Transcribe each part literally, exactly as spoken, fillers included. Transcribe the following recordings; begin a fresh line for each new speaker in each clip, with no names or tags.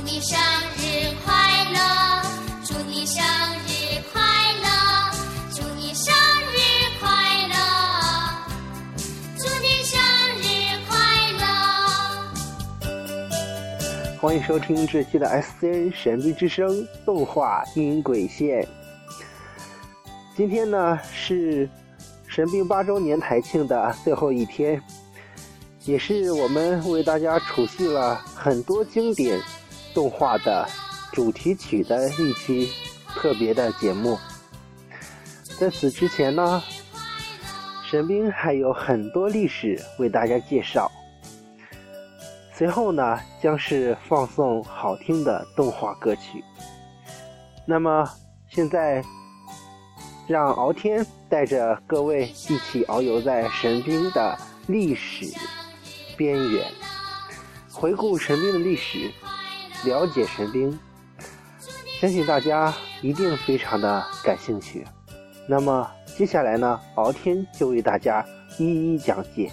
你生日快乐，祝你生日快乐，祝你生日快乐，祝你生日快乐。
欢迎收听这期的 S C N 神秘之声动画音轨线。今天呢是神兵八周年台庆的最后一天，也是我们为大家储蓄了很多经典动画的主题曲的一期特别的节目。在此之前呢，神兵还有很多历史为大家介绍，随后呢将是放送好听的动画歌曲。那么现在让敖天带着各位一起遨游在神兵的历史边缘，回顾神兵的历史，了解神兵，相信大家一定非常的感兴趣。那么接下来呢，敖天就为大家一一讲解。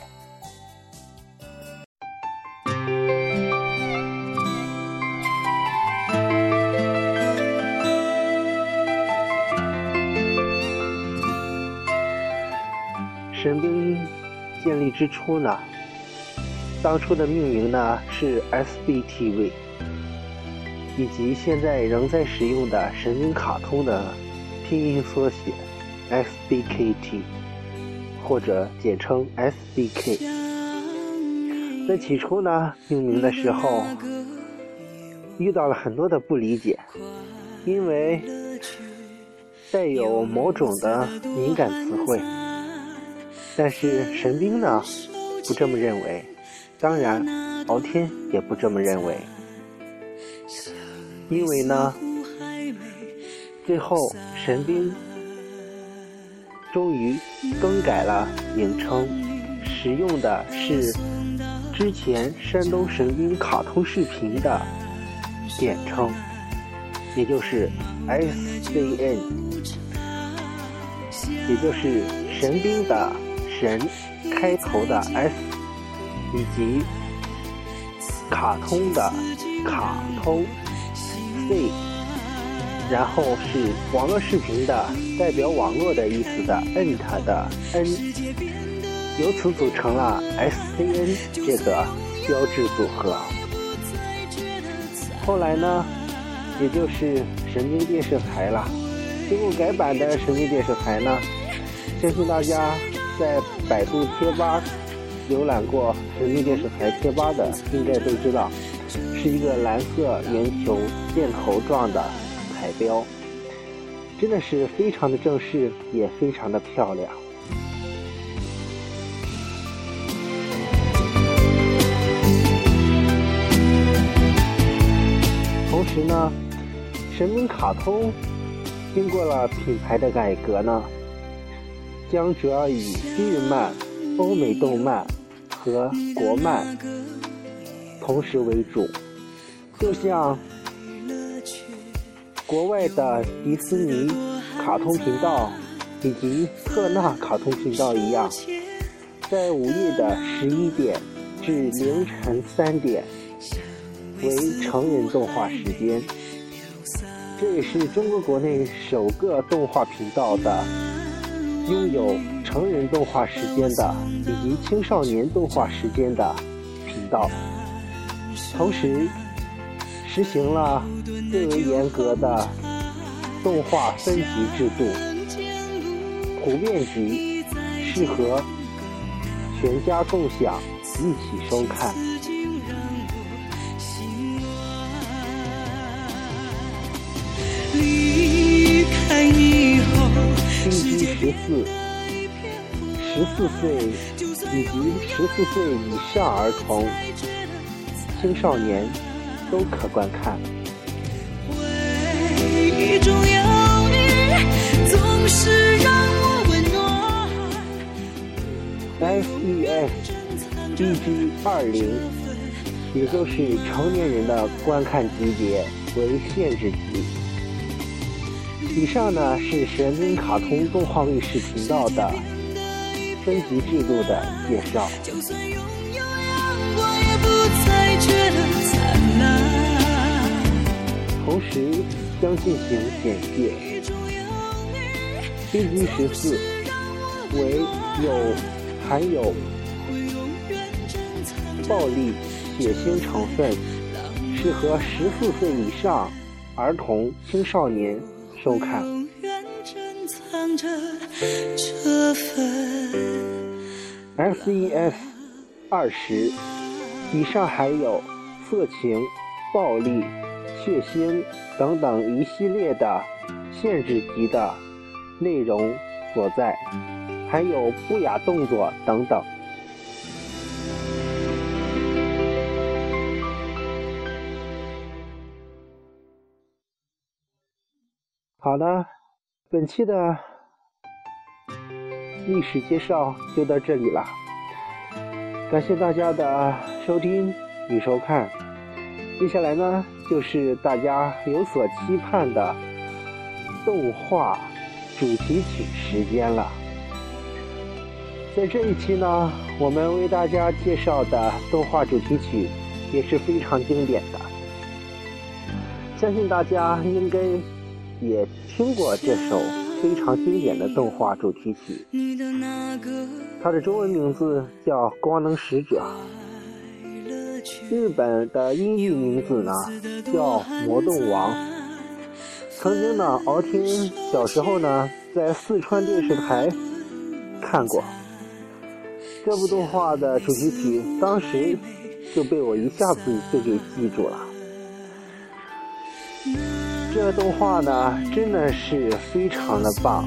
神兵建立之初呢，当初的命名呢是 S B T V， 以及现在仍在使用的神兵卡通的拼音缩写 S B K T， 或者简称 S B K。 在起初呢命名的时候遇到了很多的不理解，因为带有某种的敏感词汇，但是神兵呢不这么认为，当然敖天也不这么认为。因为呢最后神兵终于更改了名称，使用的是之前山东神兵卡通视频的简称，也就是 S C N， 也就是神兵的神开头的 S， 以及卡通的卡通 C， 然后是网络视频的代表网络的意思的 N 它的 N， 由此组成了 S C N 这个标志组合。后来呢也就是神兵电视台了。经过改版的神兵电视台呢，相信大家在百度贴吧浏览过神兵电视台贴吧的应该都知道，是一个蓝色圆球箭头状的彩标，真的是非常的正式，也非常的漂亮。同时呢，神兵卡通经过了品牌的改革呢，将主要以日漫、欧美动漫和国漫同时为主，就像国外的迪士尼卡通频道以及特纳卡通频道一样，在午夜的十一点至凌晨三点为成人动画时间。这也是中国国内首个动画频道的拥有成人动画时间的以及青少年动画时间的频道，同时实行了最为严格的动画分级制度，普遍级，适合全家共享一起收看。
离开你后
D G 十四、十四岁以及十四岁以上儿童、青少年都可观看。
回忆中有你，总是让我温暖。
S E S D G 二十，也就是成年人的观看级别为限制级。以上呢是神兵卡通动画卫视频道的分级制度的介绍。
就算拥有阳光，也不再觉得灿烂。
将进行简介。B G 十四为有含有暴力血腥成分，适合十四岁以上儿童青少年收看。S E S 二十以上含有色情、暴力、血腥等等一系列的限制级的内容所在，还有不雅动作等等。好了，本期的历史介绍就到这里了，感谢大家的收听与收看。接下来呢，就是大家有所期盼的动画主题曲时间了。在这一期呢，我们为大家介绍的动画主题曲也是非常经典的，相信大家应该也听过这首非常经典的动画主题曲，它的中文名字叫《光能使者》，日本的音译名字呢叫《魔动王》。曾经呢，敖听小时候呢在四川电视台看过这部动画的主题曲，当时就被我一下子就给记住了。这个动画呢真的是非常的棒，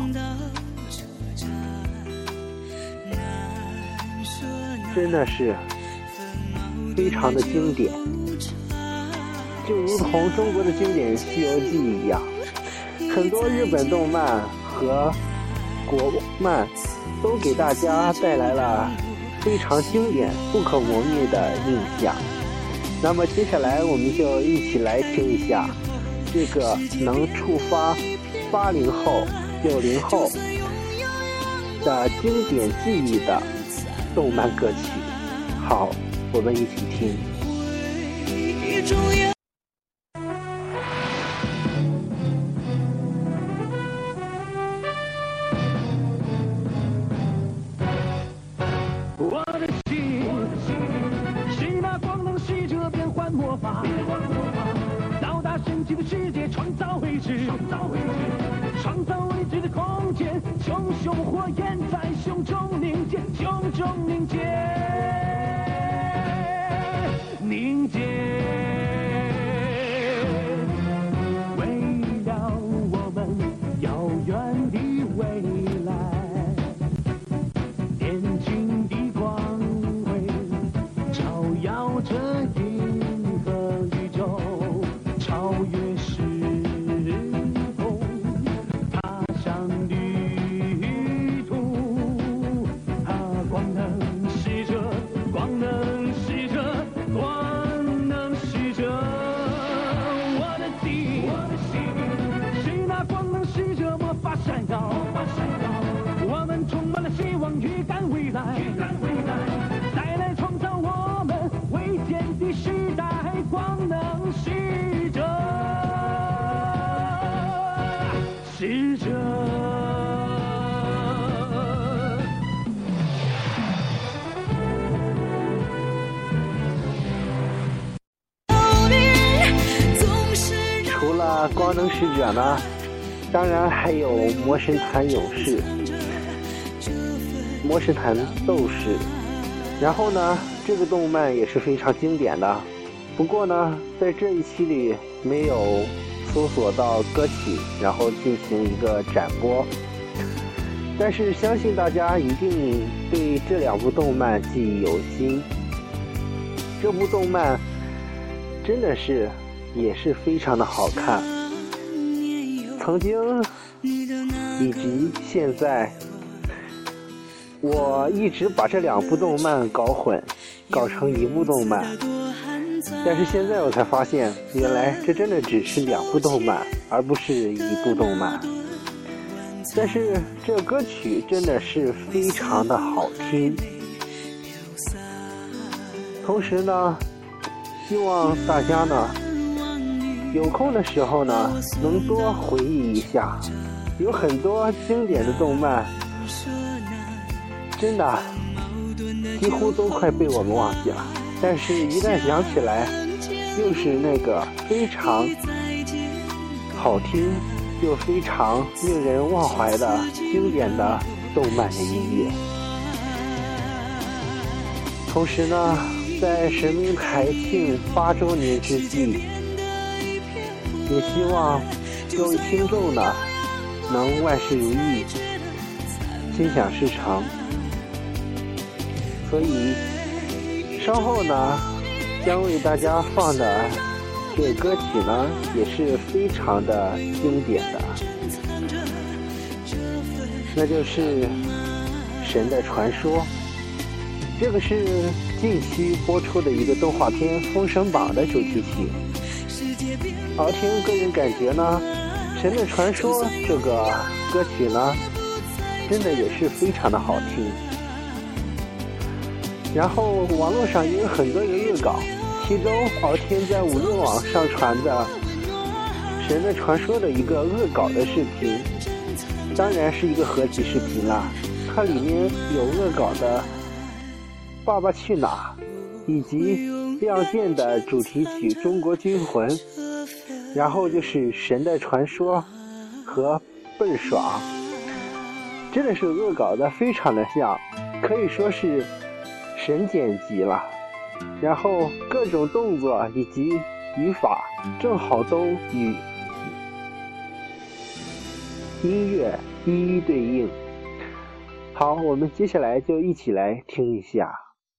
真的是非常的经典，就如同中国的经典《西游记》一样，很多日本动漫和国漫都给大家带来了非常经典不可磨灭的印象。那么接下来我们就一起来听一下这个能触发八零后、九零后的经典记忆的动漫歌曲。好，我们一起听。
我的心是那光能使者变换魔法，到达神奇的世界，创造未知，创造未知的空间，熊熊火焰在胸中凝结，胸中凝结，凝结，为了我们遥远的未来，年轻的光辉照耀着银河宇宙，超越时空，踏上旅途。啊，光能使者，光能使者，光能使者，我的心，我的心是那光能使者，魔法闪耀，魔法闪耀。我们充满了希望，预感未来，预感未来，再来创造我们未见的时代，光能使者，使者。
除了光能使者呢，当然还有魔神坛勇士、魔神坛斗士。然后呢，这个动漫也是非常经典的，不过呢在这一期里没有搜索到歌曲然后进行一个展播，但是相信大家一定对这两部动漫记忆犹新。这部动漫真的是也是非常的好看，曾经以及现在我一直把这两部动漫搞混，搞成一部动漫，但是现在我才发现，原来这真的只是两部动漫，而不是一部动漫。但是这个歌曲真的是非常的好听，同时呢，希望大家呢有空的时候呢，能多回忆一下，有很多经典的动漫，真的几乎都快被我们忘记了，但是一旦想起来，又是那个非常好听又非常令人忘怀的经典的动漫的音乐。同时呢，在神明台庆八周年之际，也希望各位听众呢能万事如意，心想事成。所以稍后呢将为大家放的这个歌曲呢也是非常的经典的，那就是《神的传说》。这个是近期播出的一个动画片《封神榜》的主题曲。敖天个人感觉呢，《神的传说》这个歌曲呢真的也是非常的好听。然后网络上也有很多人恶搞，其中敖天在五六网上传的《神的传说》的一个恶搞的视频，当然是一个合集视频啦，它里面有恶搞的《爸爸去哪》以及亮剑的主题曲《中国军魂》，然后就是《神的传说》和倍儿爽，真的是恶搞的非常的像，可以说是神剪辑了。然后各种动作以及语法正好都与音乐一一对应。好，我们接下来就一起来听一下。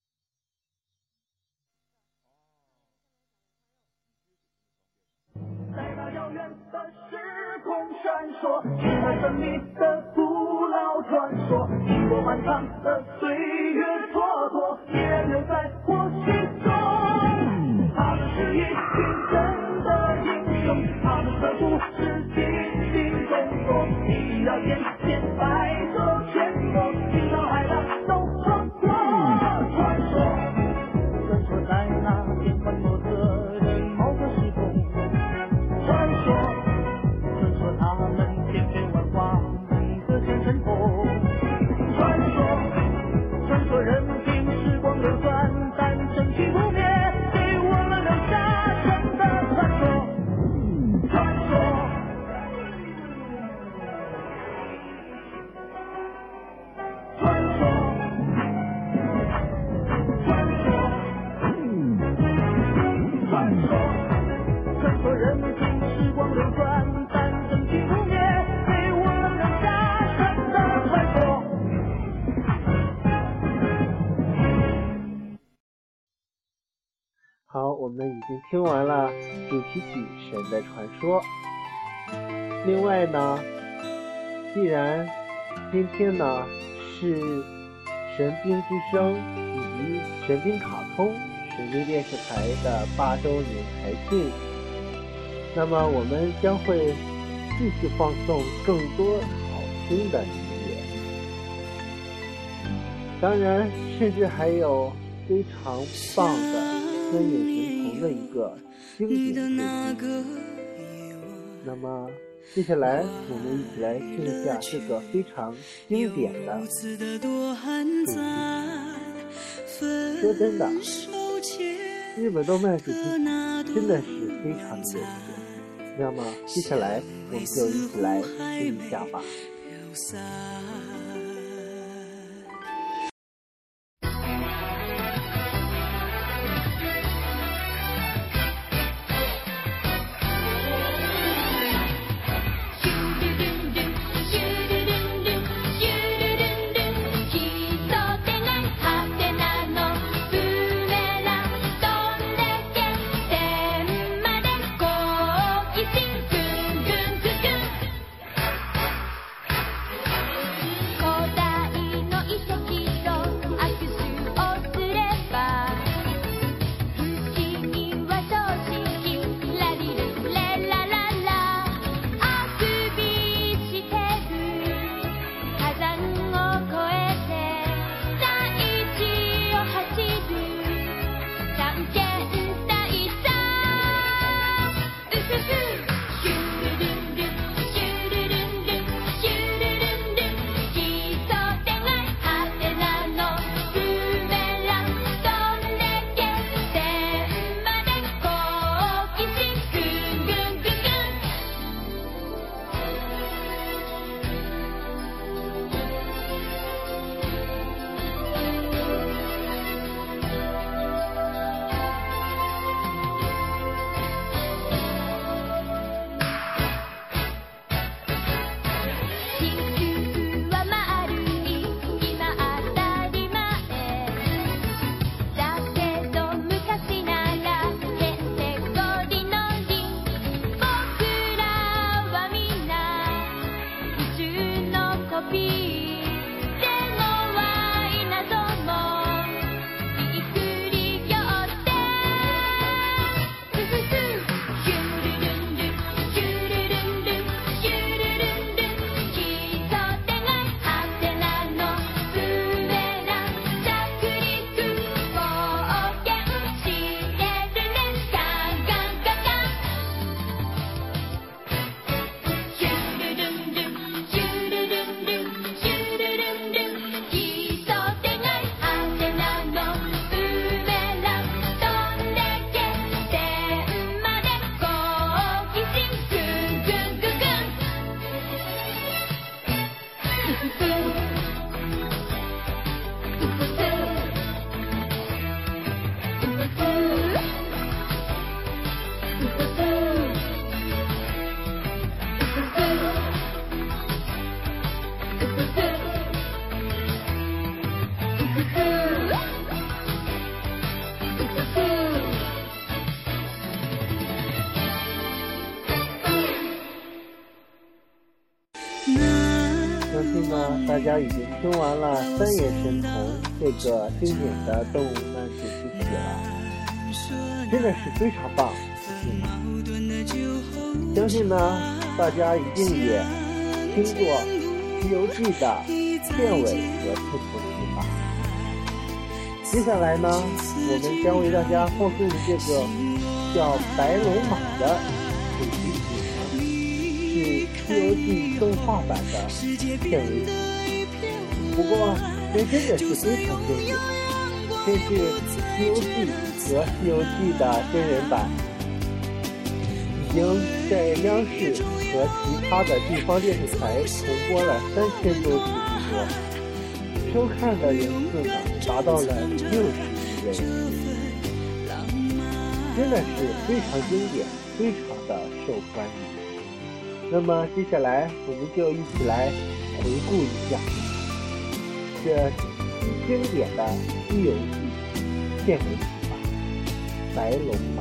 在那遥远的时空闪烁，是那神秘的古老传说，经过漫长的岁月蹉跎，依然留在我心中。他们是一群真的英雄，他们的故事惊心动魄，你要眼前百折千磨，惊涛骇浪都穿过。传说，传说在那变幻莫测的某个时空。传说，传说他们千变万化，各显神通。传说，传说任凭时光流转，但真情不灭，给我们留下神的传说。传说，传说，传说，传说，传说任凭时光流转，但真情不灭，给我们留下神的传说。
好，我们已经听完了主题曲《神的传说》。另外呢，既然今天呢是神兵之声以及神兵卡通神兵电视台的八周年台庆，那么我们将会继续放送更多好听的音乐，当然甚至还有非常棒的孙影神童的一个经典主题。那么接下来我们一起来听一下这个非常经典的主题。说真的，日本动漫主题真的是非常的有趣。那么接下来我们就一起来听一下吧。
こ
相信呢，大家已经听完了《三眼神童》这个经典的动漫主题曲了，真的是非常棒。嗯、相信呢，大家一定也听过《西游记》的片尾和片头曲吧。接下来呢，我们将为大家放送的这个叫《白龙马》的主题曲呢，是《西游记》动画版的片尾曲。不过这真的是非常经典，这是《西游记》和《西游记》的真人版，已经在央视和其他的地方电视台重播了三千多次之多，收看的人次呢达到了六十亿人，真的是非常经典，非常的受欢迎。那么接下来我们就一起来回顾一下这经典的《西游记》片尾曲吧，《白龙马》。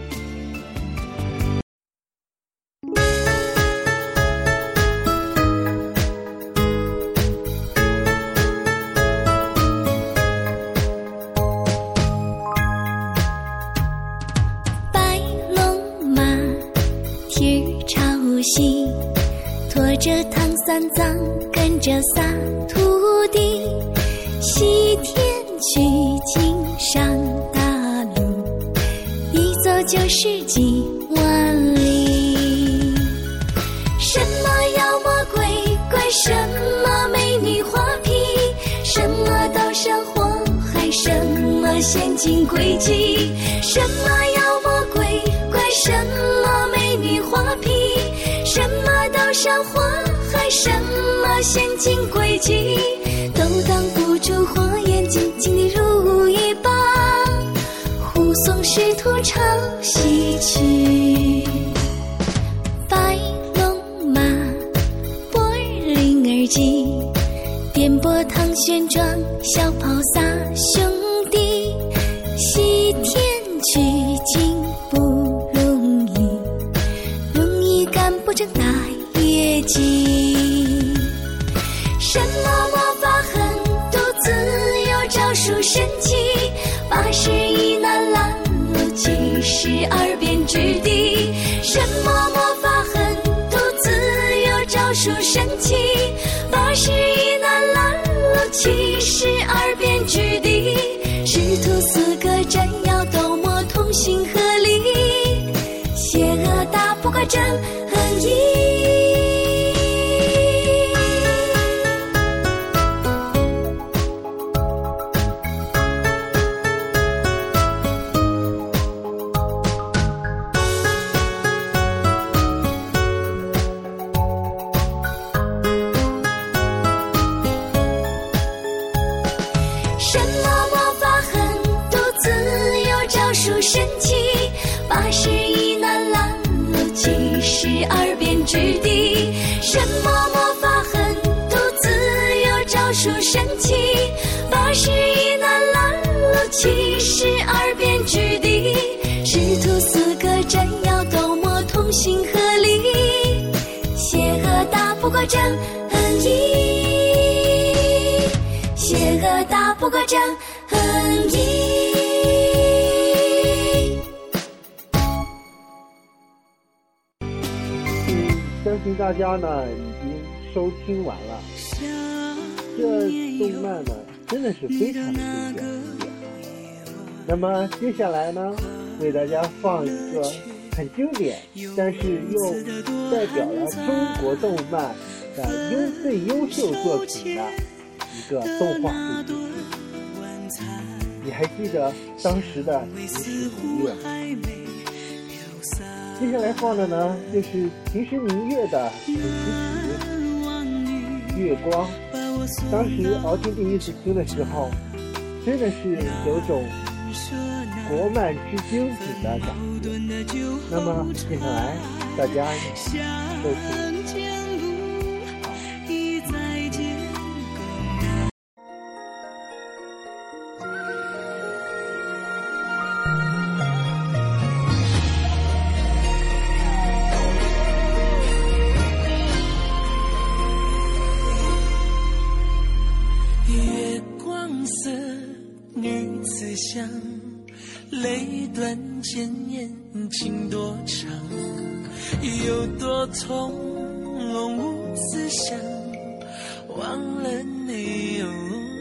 驮着唐三藏，跟着仨徒弟，西天取经上大路，一走就是几万里。什么妖魔鬼怪，什么美女花瓶，什么刀山火海，什么陷阱诡计，什么妖魔鬼怪，什么美女花瓶，什么刀山火海，什么陷阱诡计，都挡不住火眼金睛的如意棒，护送师徒唱西曲。白龙马，波儿铃儿急，颠簸唐玄奘，小跑仨兄弟，西天取经不容易，容易干不成大业绩。什么魔法狠毒自有招数神奇，八十一难拦路，七十二变之地。什么魔法狠毒自有招数神奇，八十一难拦路，七十二变之地。师徒四个真要斗魔同心合力，邪恶打不过正横义。什么魔法狠毒自有招数神奇，八十一难拦路，七十二变之地。什么魔法狠毒自有招数神奇，八十一难拦路，七十二变之地。师徒四个真要斗魔同心合力，邪恶打不过正横义，邪恶打不过正横义。
嗯，相信大家呢已经收听完了，这动漫呢真的是非常的经典。那么接下来呢，为大家放一个很经典，但是又代表了中国动漫的优最优秀作品的一个动画主题曲。你还记得当时的《秦时明月》吗？接下来放的呢，就是《秦时明月》的主题曲《月光》。当时敖青第一次听的时候，真的是有种国漫之精品的感觉。那么接下来大家一起收听。
泪断剑眼情多长，有多痛无思想，忘了你哦。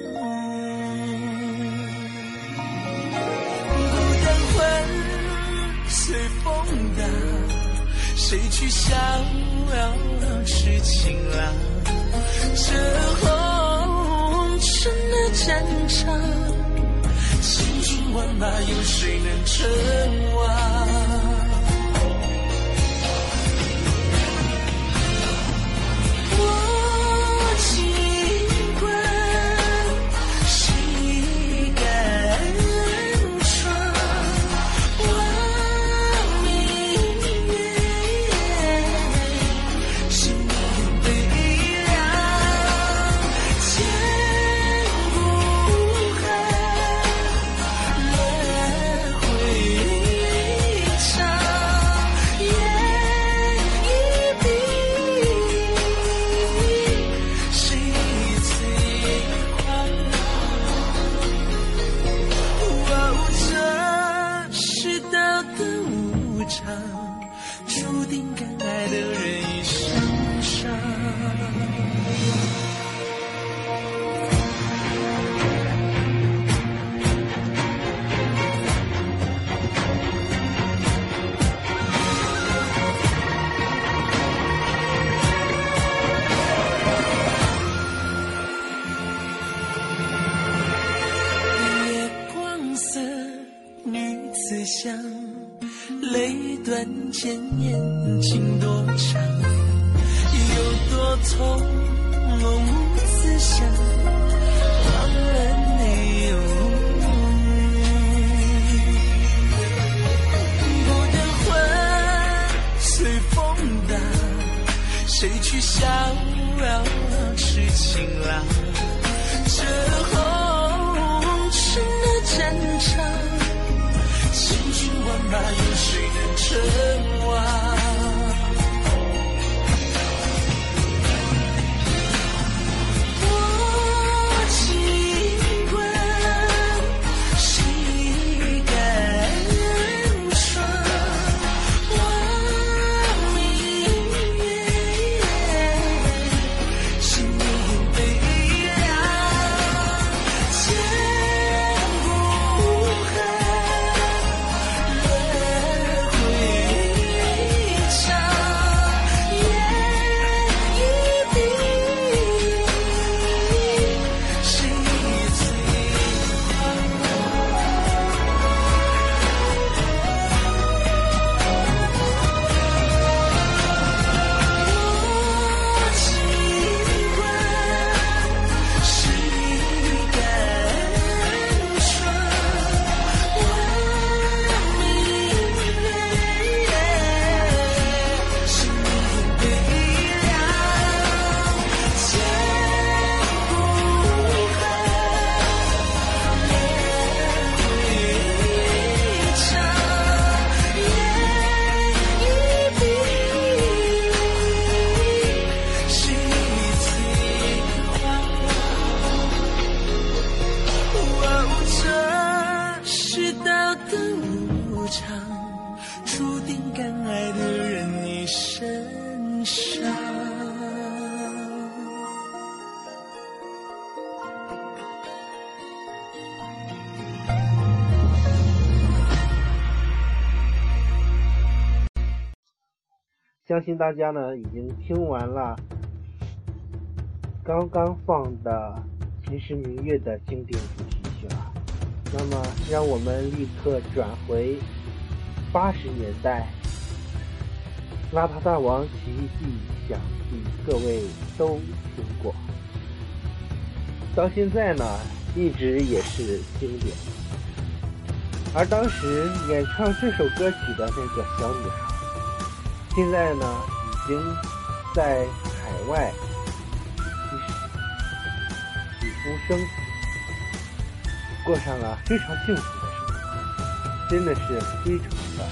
孤单魂随风荡，谁去逍遥痴情郎？这红尘的战场，千军万马，有谁能称王？注定敢爱的人一生伤。月光色，女子香。泪断剑眼情多长，有多痛无思想，忘了你哦。孤单魂随风荡，谁去逍遥痴情郎？这红尘的战场，千军万马，有谁能称王？多情关，谁敢闯？望明月，心里悲凉，千古恨。注定敢爱的人一生伤。
相信大家呢已经听完了刚刚放的《秦时明月》的经典主题曲了。那么让我们立刻转回八十年代，《邋遢大王奇遇记》，想必各位都听过，到现在呢一直也是经典。而当时演唱这首歌曲的那个小女孩，现在呢已经在海外起夫生子，过上了非常幸福的生活，真的是非常的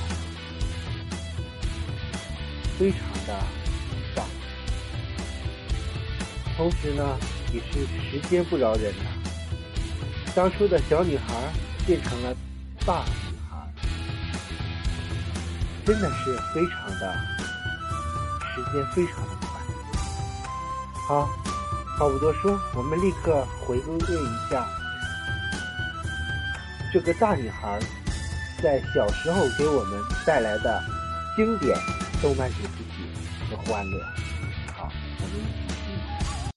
非常的棒。同时呢也是时间不饶人呐、啊，当初的小女孩变成了大女孩， 真的是非常的，时间非常的快。好，话不多说，我们立刻回顾一下这个大女孩在小时候给我们带来的经典动漫主题曲的欢乐。好，我们一起听。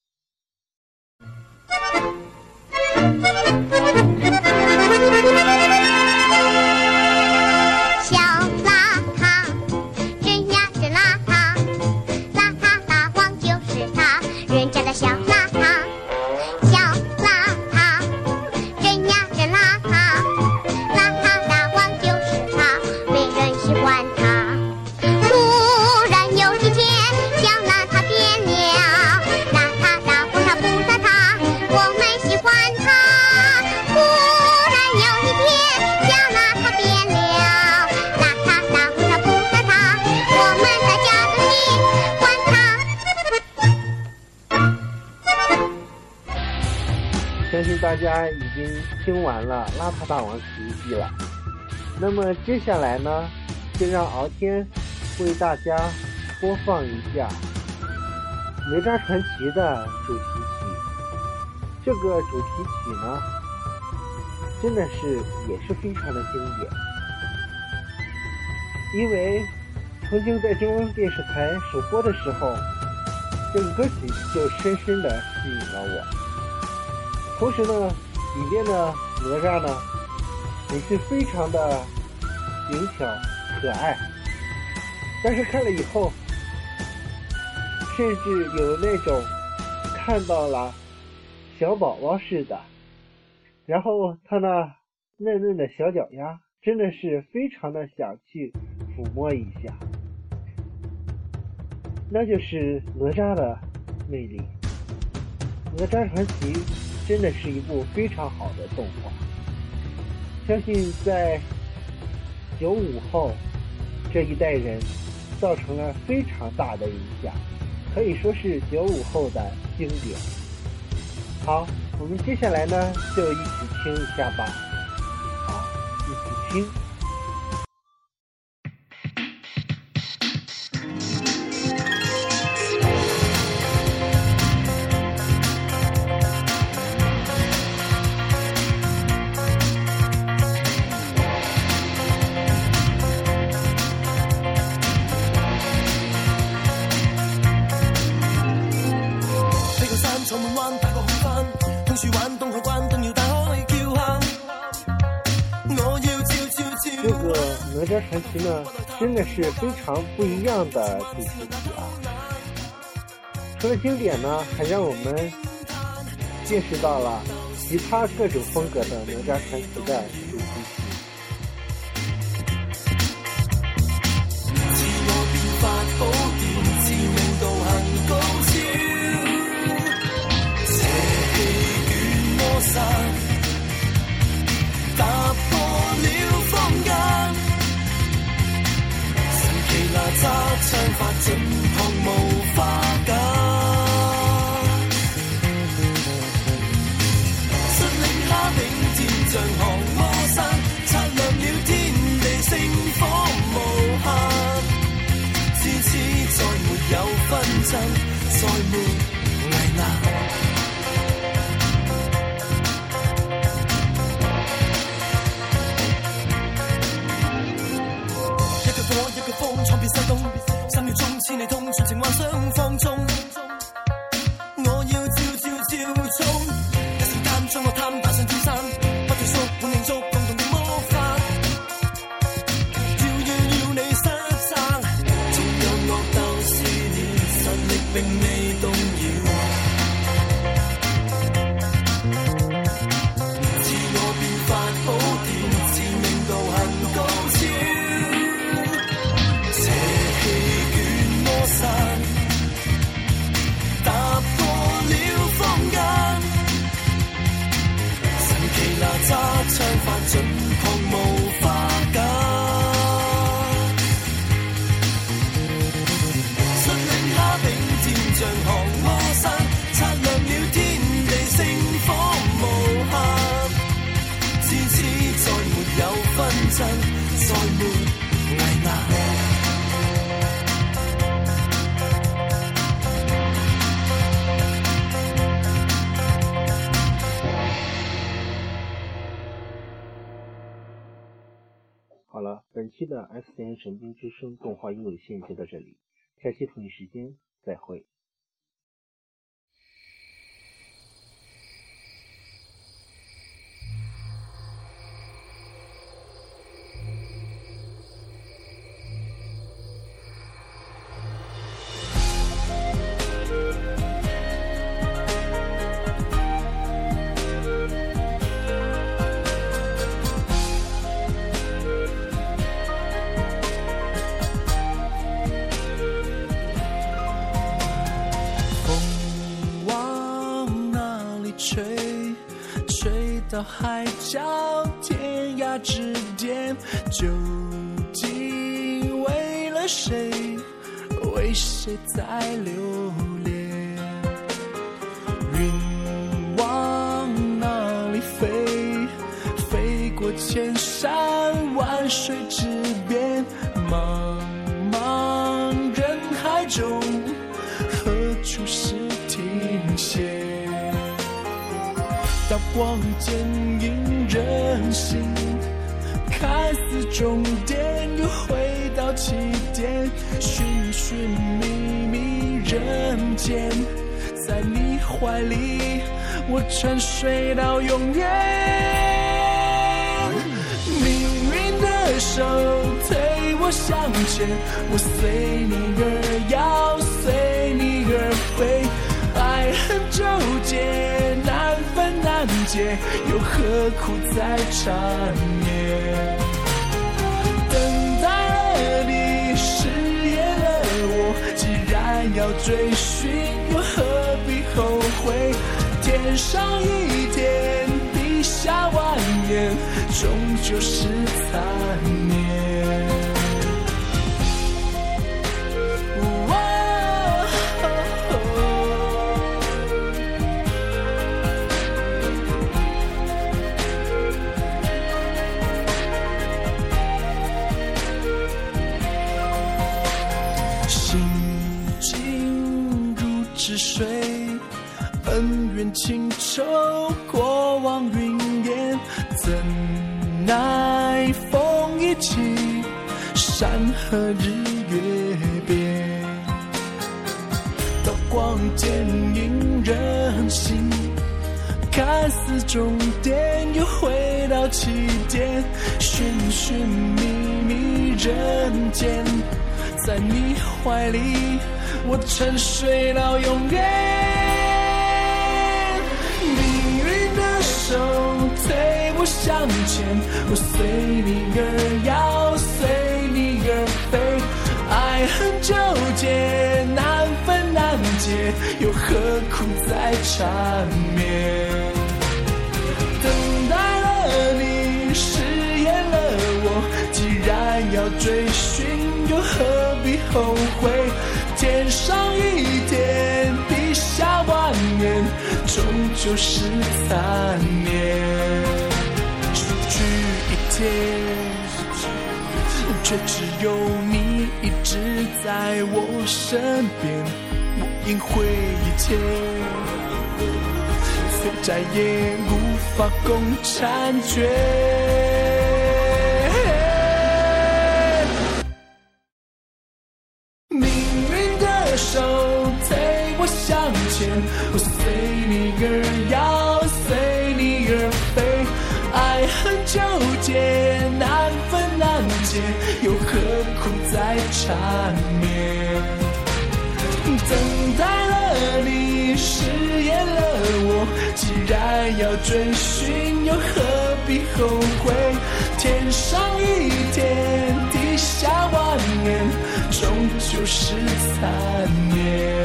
小邋遢，真呀真邋遢，邋遢大王就是他，人家的小邋遢。小邋遢，真呀真邋遢，邋遢大王就是他，没人喜欢他。忽然有一天，小邋遢变了，邋遢大王他不邋遢，我们喜欢他。忽然有一天，小邋遢变了，邋遢大王他不邋遢，我们大家都喜欢他。
相信大家已经听完了《邋遢大王奇遇记》了，那么接下来呢，就让敖天为大家播放一下《哪吒传奇》的主题曲。这个主题曲呢，真的是也是非常的经典，因为曾经在中央电视台首播的时候，这个歌曲就深深的吸引了我。同时呢，里面的哪吒呢也是非常的灵巧可爱，但是看了以后，甚至有那种看到了小宝宝似的，然后他那嫩嫩的小脚丫真的是非常的想去抚摸一下，那就是哪吒的魅力。哪吒传奇真的是一部非常好的动画，相信在九五后这一代人造成了非常大的影响，可以说是九五后的经典。好，我们接下来呢就一起听一下吧。好，一起听。这个哪吒传奇呢，真的是非常不一样的主题曲啊！除了经典呢，还让我们见识到了其他各种风格的哪吒传奇的主题曲。
打破了坊間，神奇哪吒槍法準確無花假，率領蝦兵天將降魔山，擦亮了天地星火無限，自此再沒有紛爭，再沒危難。闖遍西東，三秒鐘千里通，盡情幻想放縱。我要照照照衝，一瞬間將我貪打上天山，不退縮，本領足共同的魔法，要要要你失策，縱有惡鬥試煉，實力並未動搖。自我變法寶典，自命道行高超。打破了坊間，神奇哪吒槍法準確無花假，率領蝦兵天將降魔山，擦亮了天地星火無限，自此再沒有紛爭，再沒危難。
本期的 S C N 神兵之声动画音有限就到这里，下期同一时间再会。
到海角天涯之巅，究竟为了谁，为谁在留恋？云往哪里飞？飞过千山万水之边，茫茫人海中，何处是停歇？刀光剑影人心，看似终点，又回到起点，寻寻觅觅人间，在你怀里，我沉睡到永远。命运的手推我向前，我随你而摇，随你而飞，爱恨纠结，难分难解，又何苦再缠绵？等待了你，誓言了我，既然要追寻，又何必后悔？天上一天，地下万年，终究是残念。是水，恩怨情仇，过往云烟，怎奈风一起，山河日月变。刀光剑影人心，看似终点，又回到起点，寻寻觅觅人间，在你怀里，我沉睡到永远。命运的手推我向前，我随你而摇，随你而飞，爱恨纠结，难分难解，又何苦再缠绵？等待了你，誓言了我，既然要追寻，又何必后悔？天上一天，地下万年，终究是残念。失去一天，却只有你一直在我身边。我应会一切，虽再也无法共婵娟。手推我向前，我随你而摇，随你而飞，爱恨纠结，难分难解，又何苦再缠绵？等待了你，誓言了我，既然要追寻，又何必后悔？天上一天，地下万年，终究是残念。